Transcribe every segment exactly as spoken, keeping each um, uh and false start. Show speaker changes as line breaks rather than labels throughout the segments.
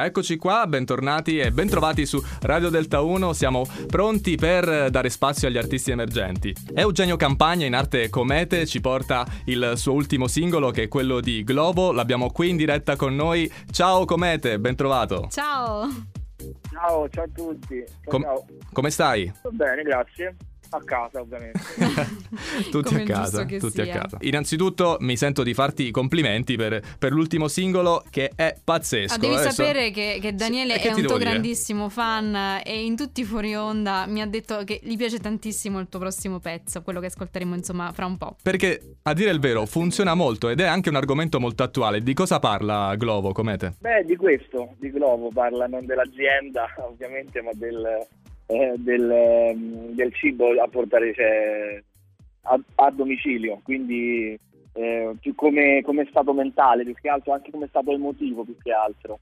Eccoci qua, bentornati e bentrovati su Radio Delta uno. Siamo pronti per dare spazio agli artisti emergenti. Eugenio Campagna, in arte Comete, ci porta il suo ultimo singolo, che è quello di Globo. L'abbiamo qui in diretta con noi. Ciao Comete, bentrovato.
Ciao.
Ciao, ciao a tutti. Ciao,
Com-
ciao.
Come stai?
Sto bene, grazie. A casa, ovviamente.
Tutti
Come
a casa,
giusto che
tutti
sia.
a casa. Innanzitutto mi sento di farti i complimenti per, per l'ultimo singolo, che è pazzesco.
Ah, devi
Adesso-
sapere che, che Daniele
Sì, e che
è
ti
un
devo
tuo
dire?
grandissimo fan e in tutti i fuori onda mi ha detto che gli piace tantissimo il tuo prossimo pezzo, quello che ascolteremo insomma fra un po'.
Perché, a dire il vero, funziona molto ed è anche un argomento molto attuale. Di cosa parla Globo, Comete?
Beh, di questo, di Globo, parla non dell'azienda, ovviamente, ma del, eh, del, ehm, del cibo a portare cioè, a, a domicilio. Quindi eh, più come, come stato mentale, più che altro, anche come stato emotivo, più che altro.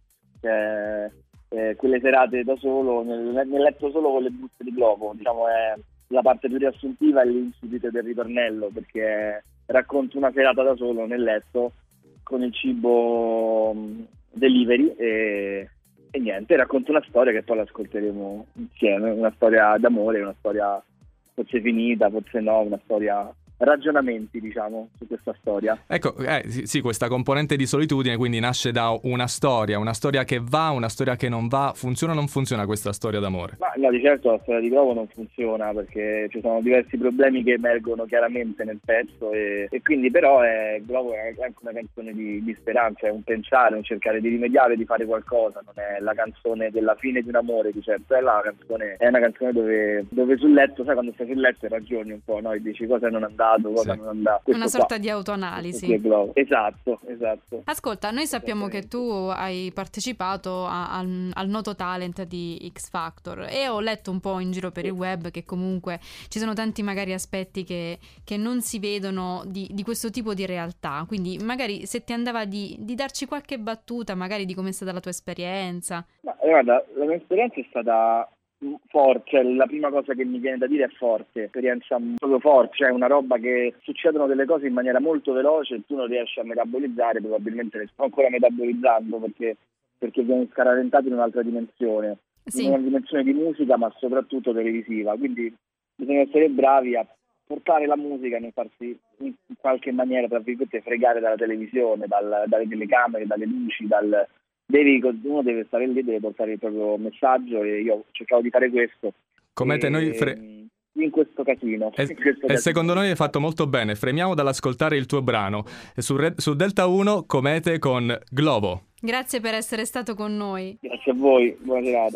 Cioè, eh, quelle serate da solo, nel, nel letto solo con le buste di Globo, diciamo, è la parte più riassuntiva e l'insudite del ritornello, perché racconto una serata da solo nel letto con il cibo mh, delivery e, e niente, racconto una storia che poi l'ascolteremo insieme, una storia d'amore, una storia forse finita, forse no, una storia, ragionamenti diciamo su questa storia.
Ecco, eh, sì, sì, questa componente di solitudine quindi nasce da una storia, una storia che va, una storia che non va. Funziona o non funziona questa storia d'amore?
Ma no, di certo la storia di Globo non funziona, perché ci sono diversi problemi che emergono chiaramente nel pezzo e, e quindi però è, Globo è anche una canzone di, di speranza, è un pensare, un cercare di rimediare, di fare qualcosa. Non è la canzone della fine di un amore, di certo, è la canzone, è una canzone dove, dove sul letto, sai, quando stai sul letto e ragioni un po', no? E dici cosa non è andato, cosa
Sì.
non è andato. Questo
Una sorta
qua.
di autoanalisi.
Questo è Globo. Esatto, esatto.
Ascolta, noi sappiamo che tu hai partecipato a- al, al noto talent di X Factor e ho letto un po' in giro per il web che comunque ci sono tanti magari aspetti che, che non si vedono di, di questo tipo di realtà, quindi magari se ti andava di, di darci qualche battuta magari di com'è stata la tua esperienza.
Ma eh, guarda, la mia esperienza è stata forte, cioè, la prima cosa che mi viene da dire è forte, esperienza proprio forte, cioè una roba che succedono delle cose in maniera molto veloce e tu non riesci a metabolizzare, probabilmente le sto ancora metabolizzando perché, perché vieni scaraventato in un'altra dimensione,
Sì.
in una dimensione di musica ma soprattutto televisiva, quindi bisogna essere bravi a portare la musica e non farsi in qualche maniera, tra virgolette, fregare dalla televisione, dal, dalle telecamere, dalle luci, dal... Devi, uno deve stare lì, deve portare il proprio messaggio e io cercavo di fare questo.
Comete,
e,
noi fre-
in questo casino.
E,
in questo
e
casino.
secondo noi hai fatto molto bene. Fremiamo dall'ascoltare il tuo brano su, Red- su Delta uno, Comete con Globo.
Grazie per essere stato con noi.
Grazie a voi, buona serata.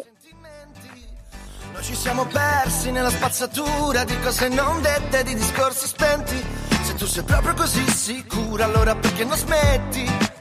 Noi ci siamo persi nella spazzatura di cose non dette, di discorsi spenti. Se tu sei proprio così sicura, allora perché non smetti